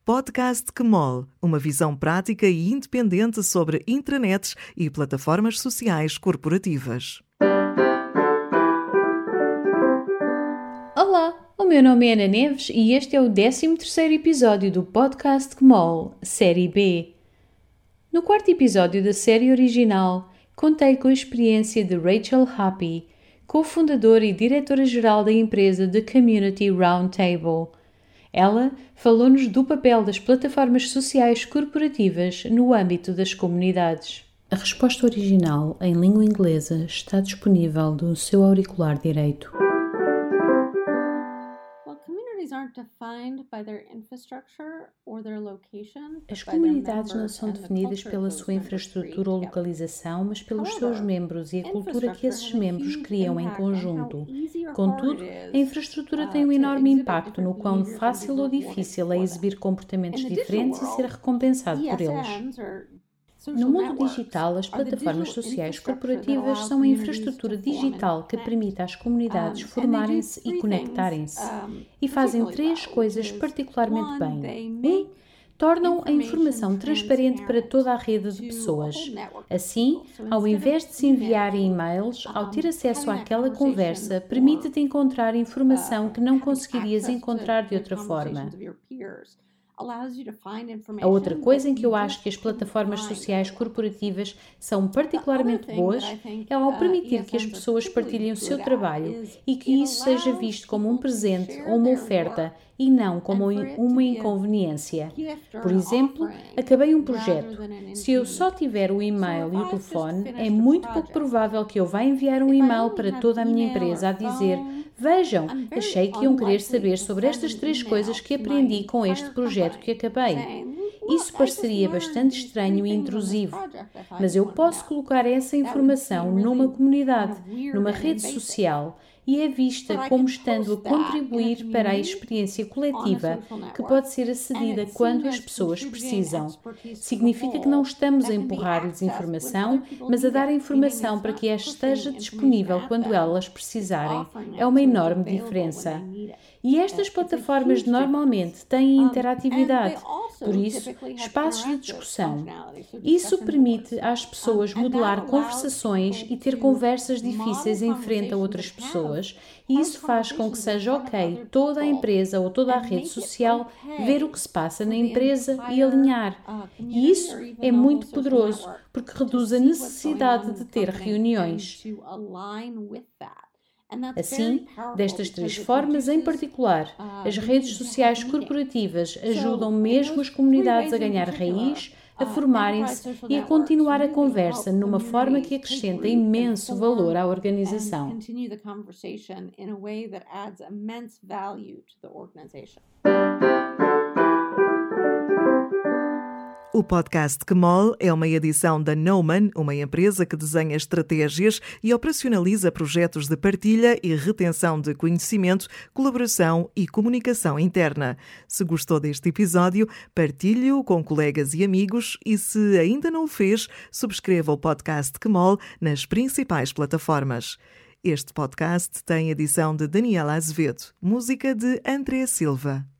Podcast QMOL, uma visão prática e independente sobre intranets e plataformas sociais corporativas. Olá, o meu nome é Ana Neves e este é o 13º episódio do Podcast QMOL, Série B. No quarto episódio da série original, contei com a experiência de Rachel Happy, cofundadora e diretora-geral da empresa The Community Roundtable. Ela falou-nos do papel das plataformas sociais corporativas no âmbito das comunidades. A resposta original, em língua inglesa, está disponível no seu auricular direito. As comunidades não são definidas pela sua infraestrutura ou localização, mas pelos seus membros e a cultura que esses membros criam em conjunto. Contudo, a infraestrutura tem um enorme impacto no quão fácil ou difícil é exibir comportamentos diferentes e ser recompensado por eles. No mundo digital, as plataformas sociais corporativas são a infraestrutura digital que permite às comunidades formarem-se e conectarem-se. E fazem três coisas particularmente bem. Tornam a informação transparente para toda a rede de pessoas. Assim, ao invés de se enviarem e-mails, ao ter acesso àquela conversa, permite-te encontrar informação que não conseguirias encontrar de outra forma. A outra coisa em que eu acho que as plataformas sociais corporativas são particularmente boas é ao permitir que as pessoas partilhem o seu trabalho e que isso seja visto como um presente ou uma oferta e não como uma inconveniência. Por exemplo, acabei um projeto. Se eu só tiver o e-mail e o telefone, é muito pouco provável que eu vá enviar um e-mail para toda a minha empresa a dizer: vejam, achei que iam querer saber sobre estas três coisas que aprendi com este projeto que acabei. Isso pareceria bastante estranho e intrusivo, mas eu posso colocar essa informação numa comunidade, numa rede social, e é vista como estando a contribuir para a experiência coletiva que pode ser acedida quando as pessoas precisam. Significa que não estamos a empurrar-lhes informação, mas a dar informação para que esta esteja disponível quando elas precisarem. É uma enorme diferença. E estas plataformas normalmente têm interatividade, por isso, espaços de discussão. Isso permite às pessoas modelar conversações e ter conversas difíceis em frente a outras pessoas, e isso faz com que seja ok toda a empresa ou toda a rede social ver o que se passa na empresa e alinhar. E isso é muito poderoso, porque reduz a necessidade de ter reuniões. Assim, destas três formas em particular, as redes sociais corporativas ajudam mesmo as comunidades a ganhar raiz, a formarem-se e a continuar a conversa numa forma que acrescenta imenso valor à organização. O podcast QMOL é uma edição da Knowman, uma empresa que desenha estratégias e operacionaliza projetos de partilha e retenção de conhecimento, colaboração e comunicação interna. Se gostou deste episódio, partilhe-o com colegas e amigos e, se ainda não o fez, subscreva o podcast QMOL nas principais plataformas. Este podcast tem edição de Daniela Azevedo, música de André Silva.